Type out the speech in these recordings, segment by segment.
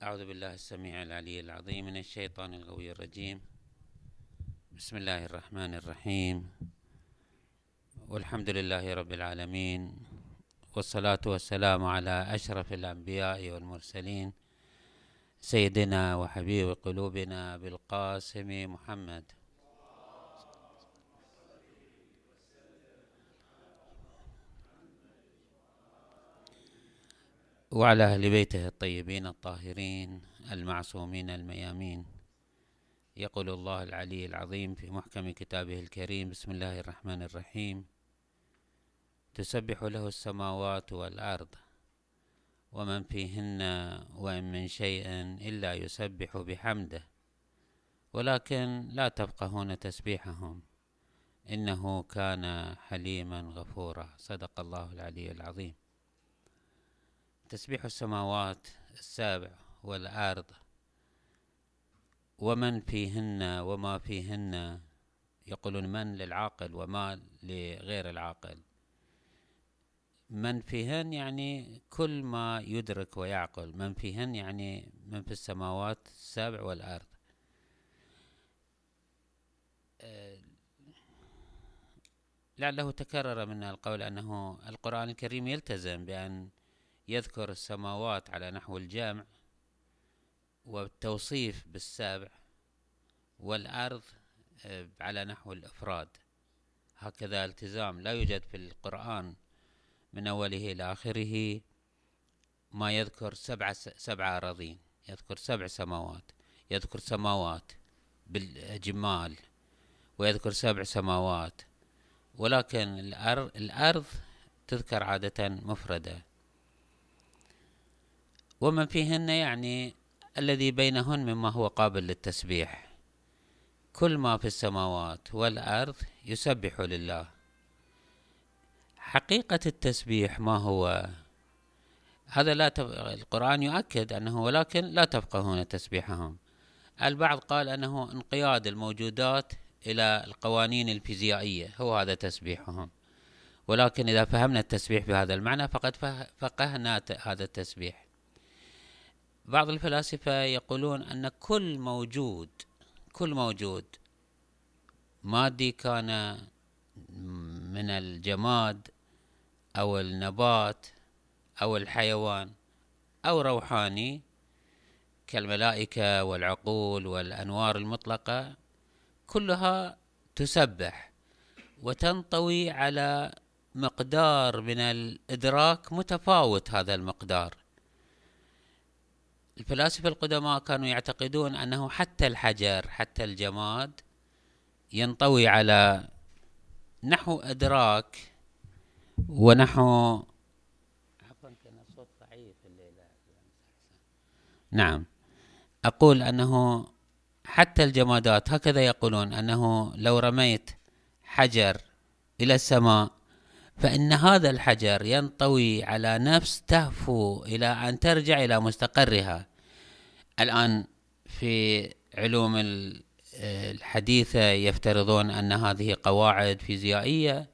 أعوذ بالله السميع العلي العظيم من الشيطان الغوي الرجيم. بسم الله الرحمن الرحيم، والحمد لله رب العالمين، والصلاة والسلام على أشرف الأنبياء والمرسلين، سيدنا وحبيب قلوبنا بالقاسم محمد، وعلى أهل بيته الطيبين الطاهرين المعصومين الميامين. يقول الله العلي العظيم في محكم كتابه الكريم: بسم الله الرحمن الرحيم. تسبح له السماوات والأرض ومن فيهن وإن من شيء إلا يسبح بحمده ولكن لا تفقهون تسبيحهم إنه كان حليما غفورا. صدق الله العلي العظيم. تسبيح السماوات السبع والأرض ومن فيهن وما فيهن، يقولون من للعاقل وما لغير العاقل. من فيهن يعني كل ما يدرك ويعقل، من فيهن يعني من في السماوات السبع والأرض. لعله تكرر من القول أنه القرآن الكريم يلتزم بأن يذكر السماوات على نحو الجمع والتوصيف بالسبع، والأرض على نحو الإفراد. هكذا التزام، لا يوجد في القرآن من أوله إلى آخره ما يذكر سبع أراضين، يذكر 7 سماوات، يذكر سماوات بالجمال ويذكر 7 سماوات، ولكن الأرض تذكر عادة مفردة. ومن فيهن يعني الذي بينهن مما هو قابل للتسبيح. كل ما في السماوات والأرض يسبح لله. حقيقة التسبيح ما هو؟ هذا القرآن يؤكد أنه ولكن لا تفقهون تسبيحهم. البعض قال أنه انقياد الموجودات إلى القوانين الفيزيائية هو هذا تسبيحهم، ولكن إذا فهمنا التسبيح بهذا المعنى فقد فقهنا هذا التسبيح. بعض الفلاسفة يقولون أن كل موجود مادي كان من الجماد أو النبات أو الحيوان أو روحاني كالملائكة والعقول والأنوار المطلقة، كلها تسبح وتنطوي على مقدار من الإدراك متفاوت. هذا المقدار الفلاسفة القدماء كانوا يعتقدون أنه حتى الحجر، حتى الجماد ينطوي على نحو إدراك ونحو كان الصوت ضعيف الليلة. نعم، أقول أنه حتى الجمادات هكذا يقولون، أنه لو رميت حجر إلى السماء فإن هذا الحجر ينطوي على نفس تهفو إلى أن ترجع إلى مستقرها. الآن في علوم الحديثة يفترضون أن هذه قواعد فيزيائية.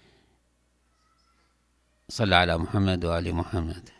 صلى على محمد وآل محمد.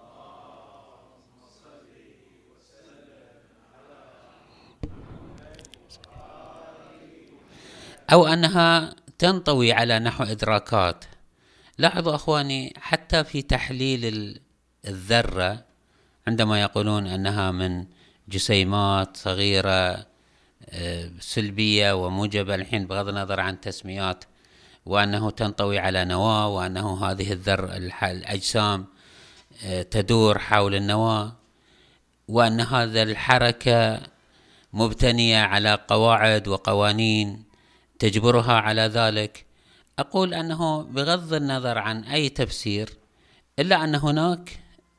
أو أنها تنطوي على نحو إدراكات. لاحظوا أخواني، حتى في تحليل الذرة عندما يقولون أنها من جسيمات صغيرة سلبية وموجبة، الحين بغض النظر عن تسميات، وأنه تنطوي على نواة، وأنه هذه الأجسام تدور حول النواة، وأن هذا الحركة مبتنية على قواعد وقوانين تجبرها على ذلك. أقول أنه بغض النظر عن أي تفسير، إلا أن هناك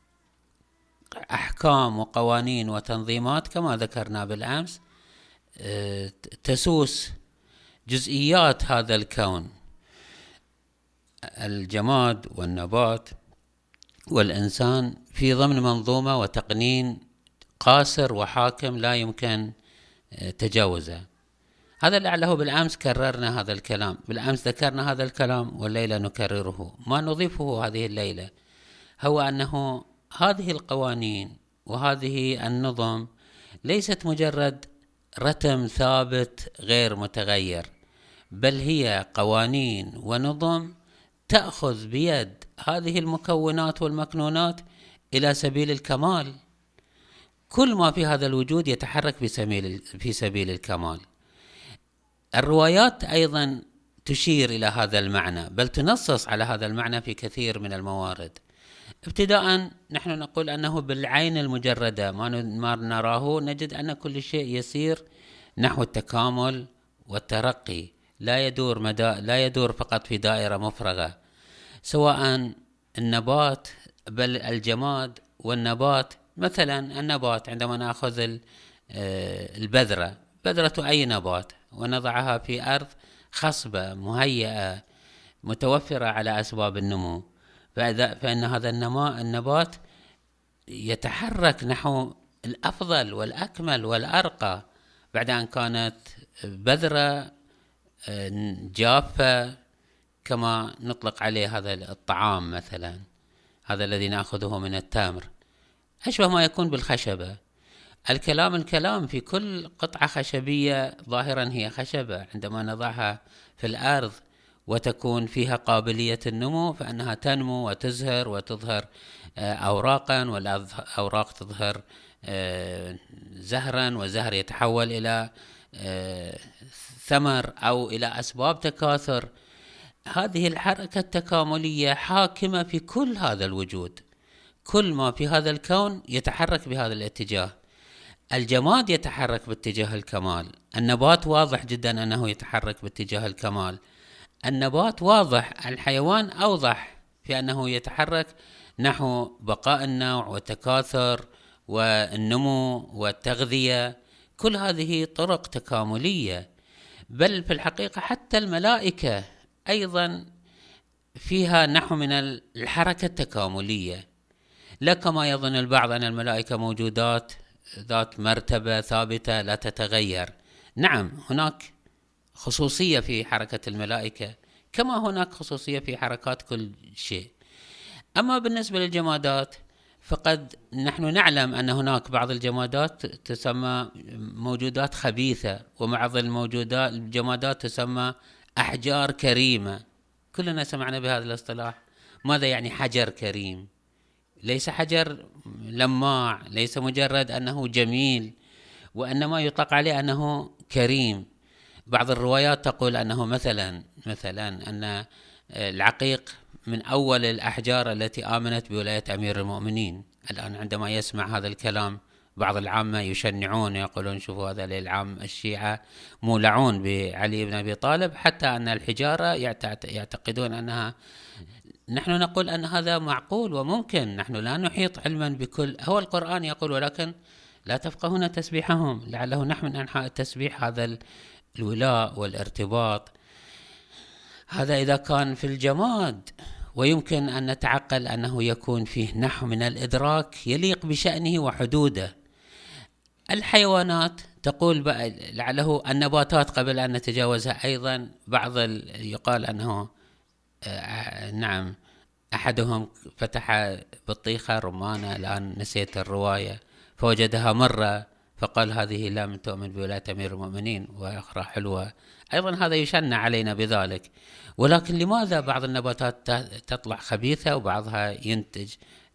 أحكام وقوانين وتنظيمات كما ذكرنا بالأمس تسوس جزئيات هذا الكون، الجماد والنبات والإنسان، في ضمن منظومة وتقنين قاصر وحاكم لا يمكن تجاوزه. هذا لعله بالأمس كررنا هذا الكلام، بالأمس ذكرنا هذا الكلام، والليلة نكرره. ما نضيفه هذه الليلة هو أنه هذه القوانين وهذه النظم ليست مجرد رتم ثابت غير متغير، بل هي قوانين ونظم تأخذ بيد هذه المكونات والمكنونات إلى سبيل الكمال. كل ما في هذا الوجود يتحرك في سبيل الكمال. الروايات أيضا تشير إلى هذا المعنى، بل تنصص على هذا المعنى في كثير من الموارد. ابتداء نحن نقول أنه بالعين المجردة ما نراه نجد أن كل شيء يسير نحو التكامل والترقي، لا يدور فقط في دائرة مفرغة، سواء النبات بل الجماد والنبات. مثلا النبات عندما نأخذ بذرة أي نبات ونضعها في أرض خصبة مهيئة متوفرة على أسباب النمو، فإن هذا النبات يتحرك نحو الأفضل والأكمل والأرقى بعد أن كانت بذرة جافة، كما نطلق عليه هذا الطعام مثلا، هذا الذي نأخذه من التمر، أشبه ما يكون بالخشبة. الكلام في كل قطعة خشبية ظاهرا هي خشبة، عندما نضعها في الأرض وتكون فيها قابلية النمو فإنها تنمو وتزهر وتظهر أوراقا، والأوراق تظهر زهرا، وزهر يتحول إلى ثمر أو إلى أسباب تكاثر. هذه الحركة التكاملية حاكمة في كل هذا الوجود، كل ما في هذا الكون يتحرك بهذا الاتجاه. الجماد يتحرك باتجاه الكمال، النبات واضح جدا أنه يتحرك باتجاه الكمال، النبات واضح، الحيوان أوضح في أنه يتحرك نحو بقاء النوع والتكاثر والنمو والتغذية. كل هذه طرق تكاملية. بل في الحقيقة حتى الملائكة أيضا فيها نحو من الحركة التكاملية، لا كما يظن البعض أن الملائكة موجودات ذات مرتبة ثابتة لا تتغير. نعم، هناك خصوصية في حركة الملائكة كما هناك خصوصية في حركات كل شيء. أما بالنسبة للجمادات فقد نحن نعلم أن هناك بعض الجمادات تسمى موجودات خبيثة، وبعض الجمادات تسمى أحجار كريمة. كلنا سمعنا بهذا الاصطلاح. ماذا يعني حجر كريم؟ ليس حجر لماع، ليس مجرد أنه جميل، وإنما يطلق عليه أنه كريم. بعض الروايات تقول أنه مثلا أن العقيق من أول الأحجار التي آمنت بولاية أمير المؤمنين. الآن عندما يسمع هذا الكلام بعض العامة يشنعون، يقولون شوفوا هذا العام الشيعة مولعون بعلي بن أبي طالب، حتى أن الحجارة يعتقدون أنها. نحن نقول أن هذا معقول وممكن، نحن لا نحيط علما بكل. هو القرآن يقول ولكن لا تفقهون تسبيحهم، لعله نحن من أنحاء التسبيح هذا الولاء والارتباط. هذا إذا كان في الجماد، ويمكن أن نتعقل أنه يكون فيه نحو من الإدراك يليق بشأنه وحدوده. الحيوانات تقول لعله النباتات قبل أن نتجاوزها أيضا، يقال أنه نعم أحدهم فتح بطيخة رمانة، الآن نسيت الرواية، فوجدها مرة فقال هذه لم تؤمن بولاية أمير المؤمنين، وأخرى حلوة أيضا. هذا يشنع علينا بذلك. ولكن لماذا بعض النباتات تطلع خبيثة وبعضها ينتج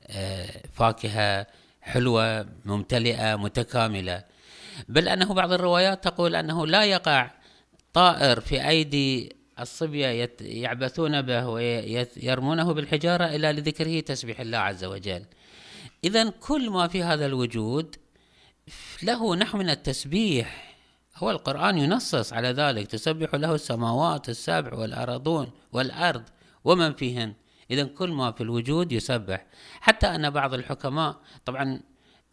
فاكهة حلوة ممتلئة متكاملة؟ بل أنه بعض الروايات تقول أنه لا يقع طائر في أيدي الصبية يعبثون به ويرمونه بالحجارة إلا لذكره تسبيح الله عز وجل. إذن كل ما في هذا الوجود له نحو من التسبيح. هو القرآن ينصص على ذلك: تسبح له السماوات السبع والأرضون والأرض ومن فيهن. إذن كل ما في الوجود يسبح. حتى أن بعض الحكماء طبعا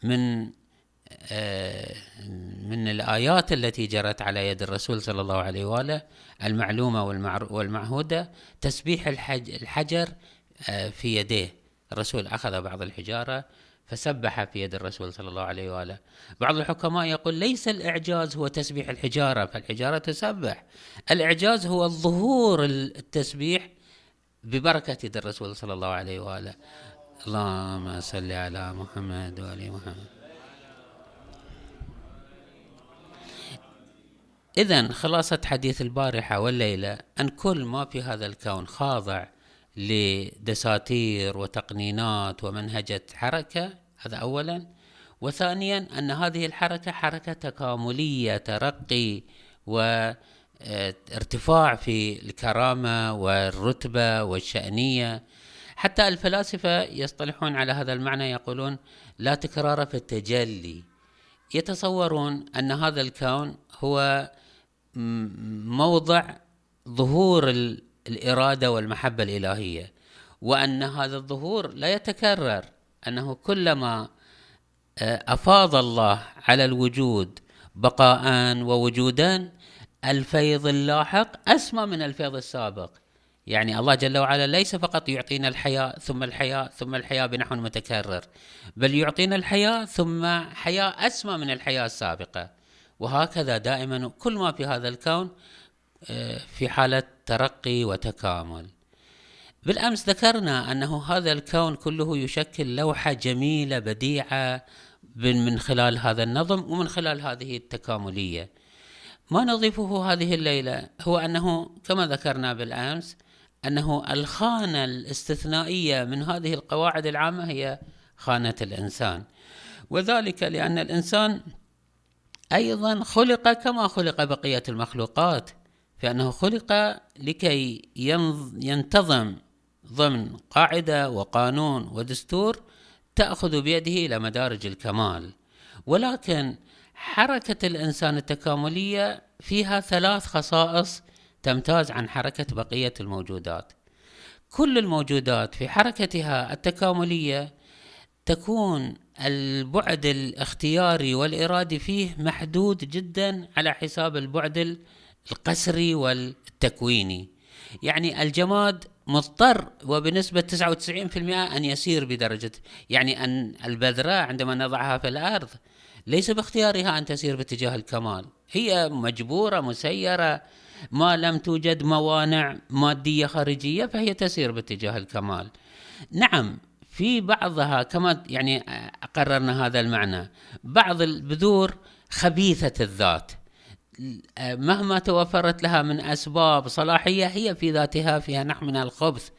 من الآيات التي جرت على يد الرسول صلى الله عليه وآله المعلومة والمعهودة تسبيح الحجر في يديه. الرسول أخذ بعض الحجارة فسبح في يد الرسول صلى الله عليه وآله. بعض الحكماء يقول ليس الإعجاز هو تسبيح الحجارة، فالحجارة تسبح. الإعجاز هو الظهور التسبيح ببركة يد الرسول صلى الله عليه وآله. اللهم صل على محمد وآل محمد. إذن خلاصة حديث البارحة والليلة أن كل ما في هذا الكون خاضع لدساتير وتقنينات ومنهجة حركة، هذا أولا. وثانيا أن هذه الحركة حركة تكاملية، ترقي وارتفاع في الكرامة والرتبة والشأنية. حتى الفلاسفة يصطلحون على هذا المعنى، يقولون لا تكرار في التجلي. يتصورون أن هذا الكون هو موضع ظهور الإرادة والمحبة الإلهية، وأن هذا الظهور لا يتكرر، أنه كلما أفاض الله على الوجود بقاء ووجودا، الفيض اللاحق أسمى من الفيض السابق. يعني الله جل وعلا ليس فقط يعطينا الحياة ثم الحياة ثم الحياة بنحو متكرر، بل يعطينا الحياة ثم حياة أسمى من الحياة السابقة. وهكذا دائما كل ما في هذا الكون في حالة ترقي وتكامل. بالأمس ذكرنا أنه هذا الكون كله يشكل لوحة جميلة بديعة من خلال هذا النظم ومن خلال هذه التكاملية. ما نضيفه هذه الليلة هو أنه كما ذكرنا بالأمس، أنه الخانة الاستثنائية من هذه القواعد العامة هي خانة الإنسان، وذلك لأن الإنسان أيضا خلق كما خلق بقية المخلوقات، فإنه خلق لكي ينتظم ضمن قاعدة وقانون ودستور تأخذ بيده إلى مدارج الكمال. ولكن حركة الإنسان التكاملية فيها 3 خصائص تمتاز عن حركة بقية الموجودات. كل الموجودات في حركتها التكاملية تكون البعد الاختياري والإرادي فيه محدود جدا على حساب البعد القسري والتكويني. يعني الجماد مضطر وبنسبة 99% أن يسير بدرجة، يعني أن البذرة عندما نضعها في الأرض ليس باختيارها أن تسير باتجاه الكمال، هي مجبورة مسيرة، ما لم توجد موانع مادية خارجية فهي تسير باتجاه الكمال. نعم في بعضها كما يعني قررنا هذا المعنى، بعض البذور خبيثة الذات مهما توفرت لها من أسباب صلاحية هي في ذاتها فيها نوع من الخبث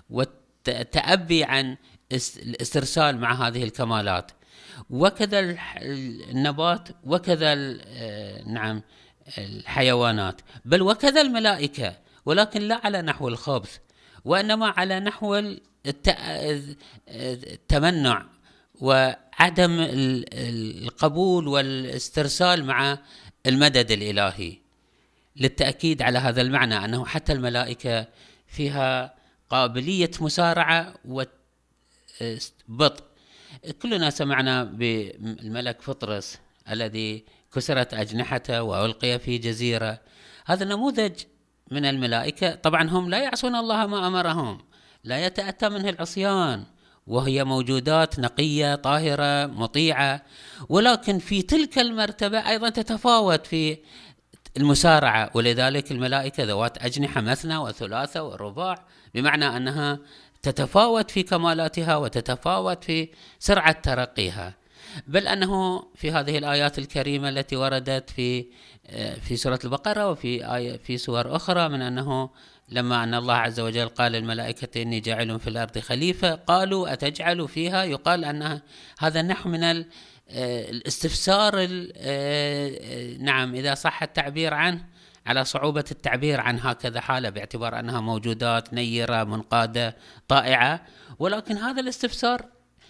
والتأبي عن الاسترسال مع هذه الكمالات. وكذا النبات، وكذا نعم الحيوانات، بل وكذا الملائكة، ولكن لا على نحو الخبث، وإنما على نحو التمنع وعدم القبول والاسترسال مع المدد الإلهي. للتأكيد على هذا المعنى أنه حتى الملائكة فيها قابلية مسارعة وبطء. كلنا سمعنا بالملك فطرس الذي كسرت أجنحته وألقي في جزيرة، هذا نموذج من الملائكة. طبعا هم لا يعصون الله ما أمرهم، لا يتأتى منه العصيان، وهي موجودات نقية طاهرة مطيعة، ولكن في تلك المرتبة أيضا تتفاوت في المسارعة. ولذلك الملائكة ذوات أجنحة مثنى وثلاثة ورباع، بمعنى أنها تتفاوت في كمالاتها وتتفاوت في سرعة ترقيها. بل أنه في هذه الآيات الكريمة التي وردت في سورة البقرة وفي سور أخرى، من أنه لما أن الله عز وجل قال للملائكة إني جاعل في الأرض خليفة، قالوا أتجعل فيها، يقال أن هذا نحو من الاستفسار، نعم إذا صح التعبير عنه، على صعوبة التعبير عن هكذا حالة باعتبار أنها موجودات نيرة منقادة طائعة. ولكن هذا الاستفسار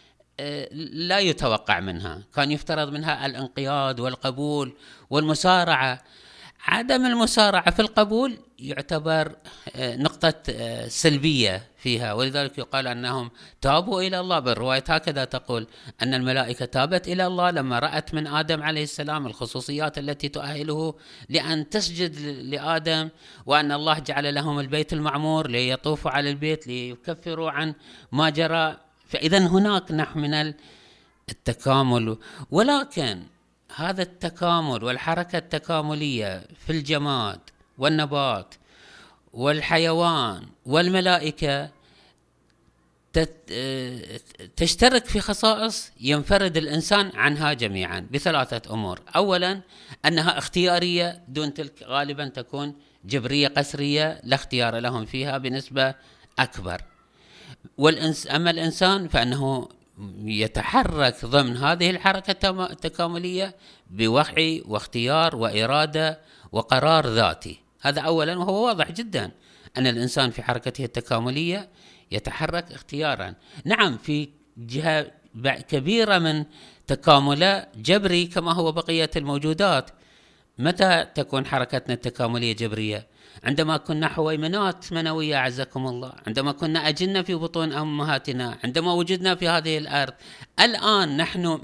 لا يتوقع منها، كان يفترض منها الانقياد والقبول والمسارعة. عدم المسارعة في القبول يعتبر نقطة سلبية فيها، ولذلك يقال أنهم تابوا إلى الله. بالرواية هكذا تقول أن الملائكة تابت إلى الله لما رأت من آدم عليه السلام الخصوصيات التي تؤهله لأن تسجد لآدم، وأن الله جعل لهم البيت المعمور ليطوفوا على البيت ليكفروا عن ما جرى. فإذا هناك نحو من التكامل. ولكن هذا التكامل والحركة التكاملية في الجماد والنبات والحيوان والملائكة تشترك في خصائص ينفرد الإنسان عنها جميعا بثلاثة أمور. أولا أنها اختيارية دون تلك غالبا تكون جبرية قسرية لا اختيار لهم فيها بنسبة أكبر. أما الإنسان فإنه يتحرك ضمن هذه الحركة التكاملية بوعي واختيار وإرادة وقرار ذاتي. هذا أولا، وهو واضح جدا أن الإنسان في حركته التكاملية يتحرك اختيارا. نعم في جهة كبيرة من تكامله جبري كما هو بقية الموجودات. متى تكون حركتنا التكاملية جبرية؟ عندما كنا حويمنات منوية أعزكم الله، عندما كنا أجنة في بطون أمهاتنا، عندما وجدنا في هذه الأرض. الآن نحن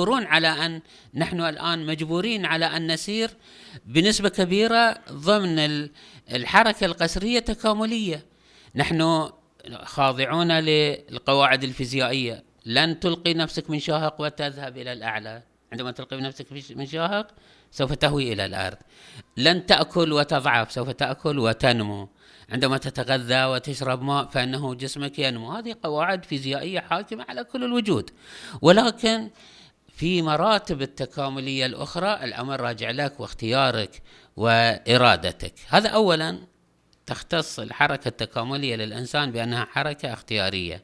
مجبورين على أن نسير بنسبة كبيرة ضمن الحركة القسرية التكاملية. نحن خاضعون للقواعد الفيزيائية. لن تلقي نفسك من شاهق وتذهب إلى الأعلى، عندما تلقي نفسك من شاهق سوف تهوي إلى الأرض. لن تأكل وتضعف، سوف تأكل وتنمو. عندما تتغذى وتشرب ماء فإنه جسمك ينمو. هذه قواعد فيزيائية حاكمة على كل الوجود. ولكن في مراتب التكاملية الأخرى الأمر راجع لك واختيارك وإرادتك. هذا أولا تختص الحركة التكاملية للإنسان بأنها حركة اختيارية.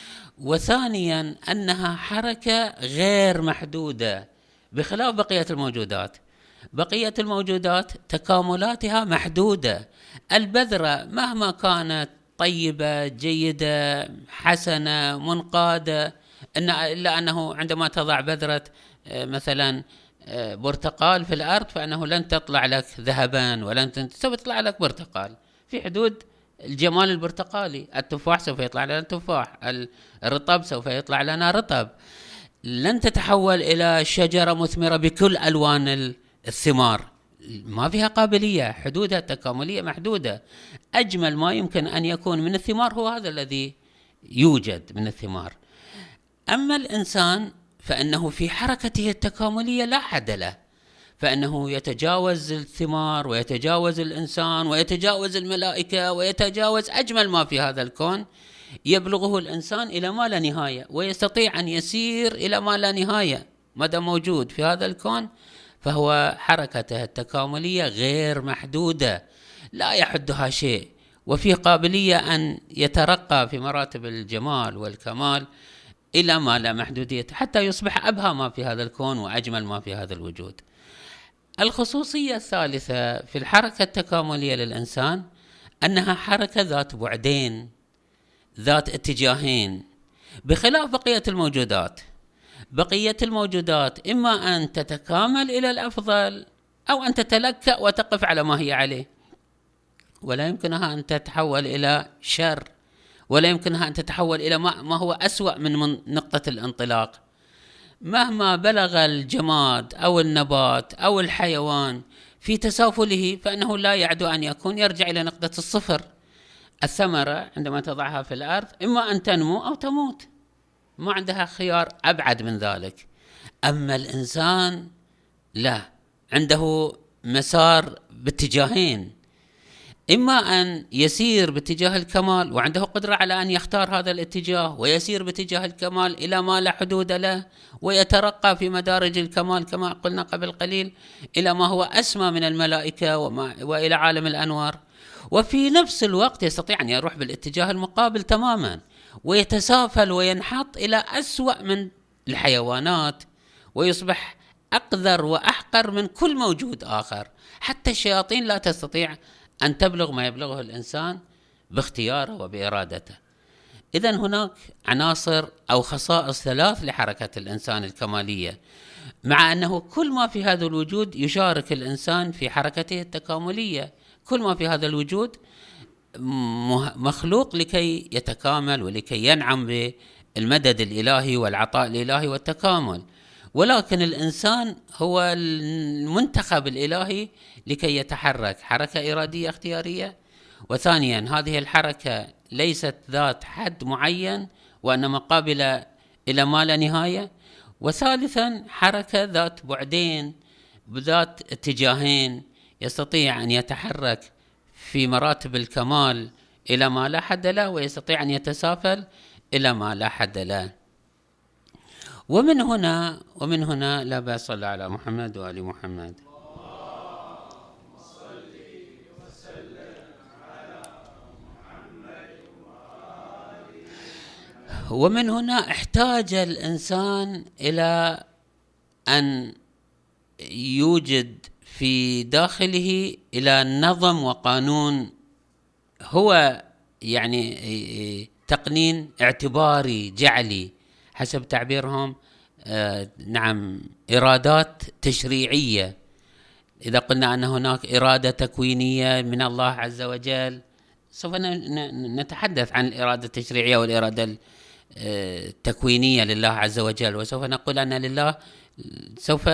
وثانيا أنها حركة غير محدودة بخلاف بقية الموجودات. بقية الموجودات تكاملاتها محدودة. البذرة مهما كانت طيبة جيدة حسنة منقادة، إلا أنه عندما تضع بذرة مثلا برتقال في الأرض فإنه لن تطلع لك ذهبا سوف تطلع لك برتقال في حدود الجمال البرتقالي. التفاح سوف يطلع لنا تفاح، الرطب سوف يطلع لنا رطب. لن تتحول إلى شجرة مثمرة بكل ألوان الثمار، ما فيها قابلية، حدودها التكاملية محدودة. أجمل ما يمكن أن يكون من الثمار هو هذا الذي يوجد من الثمار. أما الإنسان فإنه في حركته التكاملية لا حد له، فإنه يتجاوز الثمار ويتجاوز الإنسان ويتجاوز الملائكة ويتجاوز أجمل ما في هذا الكون. يبلغه الإنسان إلى ما لا نهاية، ويستطيع أن يسير إلى ما لا نهاية مدى موجود في هذا الكون. فهو حركته التكاملية غير محدودة لا يحدها شيء، وفيه قابلية أن يترقى في مراتب الجمال والكمال إلى ما لا محدودية حتى يصبح أبهى ما في هذا الكون وأجمل ما في هذا الوجود. الخصوصية الثالثة في الحركة التكاملية للإنسان أنها حركة ذات بعدين، ذات اتجاهين، بخلاف بقية الموجودات. بقية الموجودات إما أن تتكامل إلى الأفضل أو أن تتلكأ وتقف على ما هي عليه، ولا يمكنها أن تتحول إلى شر، ولا يمكنها أن تتحول إلى ما هو أسوأ من نقطة الانطلاق. مهما بلغ الجماد أو النبات أو الحيوان في تسافله فإنه لا يعدو أن يرجع إلى نقطة الصفر. الثمرة عندما تضعها في الأرض إما أن تنمو أو تموت، ما عندها خيار أبعد من ذلك. أما الإنسان لا، عنده مسار باتجاهين، إما أن يسير باتجاه الكمال وعنده قدرة على أن يختار هذا الاتجاه ويسير باتجاه الكمال إلى ما لا حدود له، ويترقى في مدارج الكمال كما قلنا قبل قليل إلى ما هو أسمى من الملائكة وإلى عالم الأنوار. وفي نفس الوقت يستطيع أن يروح بالاتجاه المقابل تماما ويتسافل وينحط إلى أسوأ من الحيوانات، ويصبح أقذر وأحقر من كل موجود آخر. حتى الشياطين لا تستطيع أن تبلغ ما يبلغه الإنسان باختياره وبإرادته. إذن هناك عناصر أو خصائص ثلاث لحركة الإنسان الكمالية، مع أنه كل ما في هذا الوجود يشارك الإنسان في حركته التكاملية. كل ما في هذا الوجود مخلوق لكي يتكامل ولكي ينعم بالمدد الإلهي والعطاء الإلهي والتكامل، ولكن الإنسان هو المنتخب الإلهي لكي يتحرك حركة إرادية اختيارية. وثانيا هذه الحركة ليست ذات حد معين وإنما قابلة إلى ما لا نهاية. وثالثا حركة ذات بعدين بذات اتجاهين، يستطيع أن يتحرك في مراتب الكمال إلى ما لا حد له، ويستطيع أن يتسافل إلى ما لا حد له. ومن هنا لا بأس صلى على محمد وآل محمد. ومن هنا احتاج الإنسان إلى أن يوجد في داخله إلى نظم وقانون، هو يعني تقنين اعتباري جعلي حسب تعبيرهم، نعم، إرادات تشريعية. إذا قلنا أن هناك إرادة تكوينية من الله عز وجل، سوف نتحدث عن الإرادة التشريعية والإرادة التكوينية لله عز وجل، وسوف نقول أن لله، سوف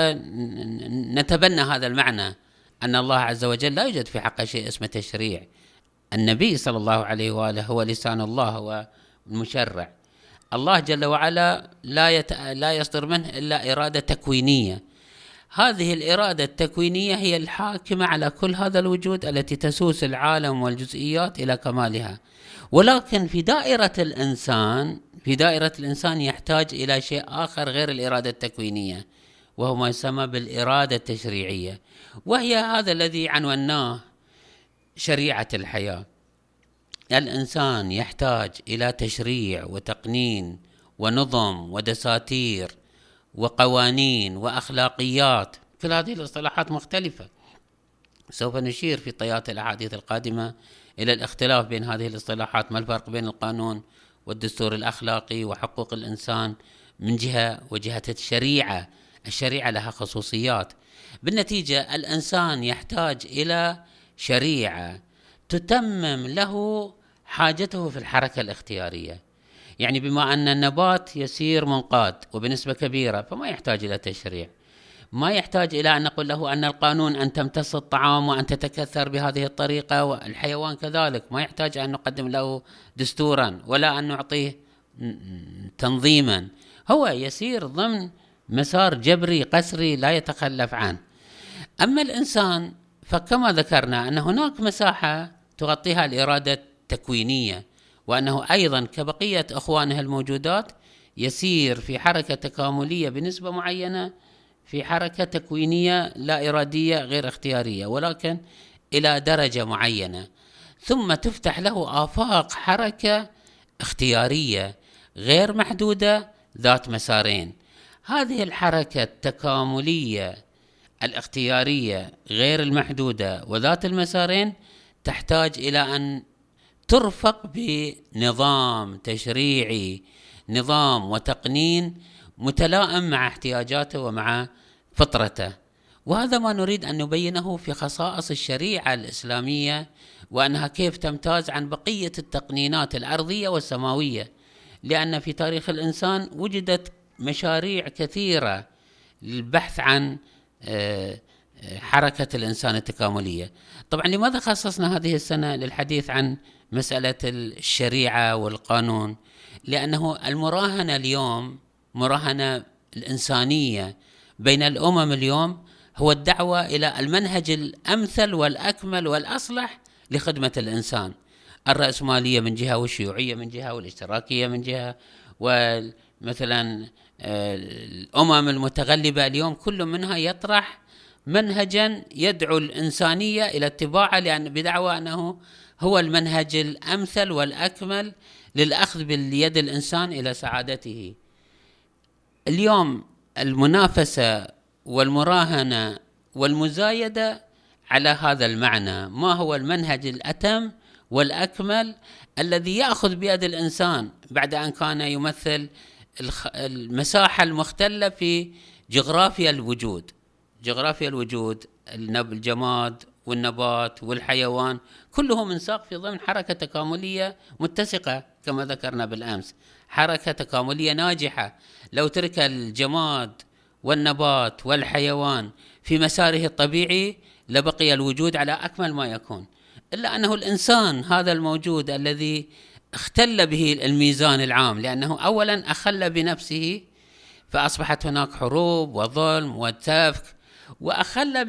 نتبنى هذا المعنى أن الله عز وجل لا يوجد في حقه شيء اسمه تشريع. النبي صلى الله عليه وآله هو لسان الله، هو المشرع. الله جل وعلا لا يصدر منه إلا إرادة تكوينية. هذه الإرادة التكوينية هي الحاكمة على كل هذا الوجود، التي تسوس العالم والجزئيات إلى كمالها. ولكن في دائرة الإنسان يحتاج إلى شيء آخر غير الإرادة التكوينية، وهو ما يسمى بالإرادة التشريعية، وهي هذا الذي عنوناه شريعة الحياة. الإنسان يحتاج إلى تشريع وتقنين ونظم ودساتير وقوانين وأخلاقيات. كل هذه الاصطلاحات مختلفة، سوف نشير في طيات الأحاديث القادمة إلى الاختلاف بين هذه الاصطلاحات. ما الفرق بين القانون والدستور الأخلاقي وحقوق الإنسان من جهة، وجهة الشريعة لها خصوصيات. بالنتيجة الإنسان يحتاج إلى شريعة تتمم له حاجته في الحركة الاختيارية. يعني بما أن النبات يسير منقاد وبنسبة كبيرة، فما يحتاج إلى تشريع، ما يحتاج إلى أن نقول له أن القانون أن تمتص الطعام وأن تتكثر بهذه الطريقة، والحيوان كذلك ما يحتاج أن نقدم له دستورا ولا أن نعطيه تنظيما، هو يسير ضمن مسار جبري قسري لا يتخلف عنه. أما الإنسان فكما ذكرنا أن هناك مساحة تغطيها الإرادة التكوينية، وأنه أيضا كبقية أخوانه الموجودات يسير في حركة تكاملية بنسبة معينة، في حركة تكوينية لا إرادية غير اختيارية، ولكن إلى درجة معينة، ثم تفتح له آفاق حركة اختيارية غير محدودة ذات مسارين. هذه الحركة التكاملية الاختيارية غير المحدودة وذات المسارين تحتاج إلى أن ترفق بنظام تشريعي، نظام وتقنين متلائم مع احتياجاته ومع فطرته. وهذا ما نريد أن نبينه في خصائص الشريعة الإسلامية، وأنها كيف تمتاز عن بقية التقنينات الأرضية والسماوية. لأن في تاريخ الإنسان وجدت مشاريع كثيرة للبحث عن حركة الإنسان التكاملية. طبعا لماذا خصصنا هذه السنة للحديث عن مسألة الشريعة والقانون؟ لأنه المراهنة اليوم، مراهنة الإنسانية بين الأمم اليوم، هو الدعوة إلى المنهج الأمثل والأكمل والأصلح لخدمة الإنسان. الرأسمالية من جهة، والشيوعية من جهة، والاشتراكية من جهة، ومثلا الأمم المتغلبة اليوم كل منها يطرح منهجا يدعو الإنسانية إلى اتباعه، لأن بدعوى أنه هو المنهج الأمثل والأكمل للأخذ باليد الإنسان إلى سعادته. اليوم المنافسة والمراهنة والمزايدة على هذا المعنى، ما هو المنهج الأتم والأكمل الذي يأخذ بيد الإنسان بعد أن كان يمثل المساحة المختلة في جغرافيا الوجود، الجماد والنبات والحيوان كله منساق في ضمن حركة تكاملية متسقة كما ذكرنا بالأمس، حركة تكاملية ناجحة. لو ترك الجماد والنبات والحيوان في مساره الطبيعي لبقي الوجود على أكمل ما يكون، إلا أنه الإنسان هذا الموجود الذي اختل به الميزان العام، لأنه أولا أخل بنفسه فأصبحت هناك حروب وظلم وتفك، وأخل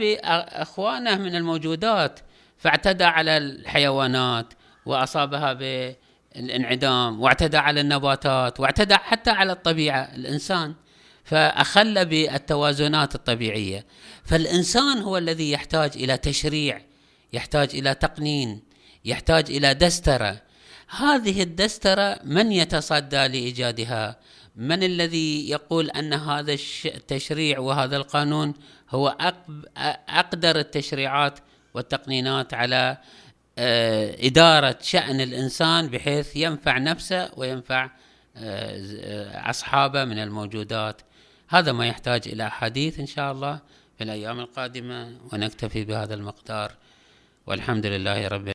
بأخوانه من الموجودات فاعتدى على الحيوانات وأصابها الانعدام، واعتدى على النباتات، واعتدى حتى على الطبيعة الإنسان، فأخل بالتوازنات الطبيعية. فالإنسان هو الذي يحتاج إلى تشريع، يحتاج إلى تقنين، يحتاج إلى دسترة. هذه الدسترة من يتصدى لإيجادها؟ من الذي يقول أن هذا التشريع وهذا القانون هو أقدر التشريعات والتقنينات على إدارة شأن الإنسان بحيث ينفع نفسه وينفع أصحابه من الموجودات؟ هذا ما يحتاج إلى حديث إن شاء الله في الأيام القادمة، ونكتفي بهذا المقدار، والحمد لله رب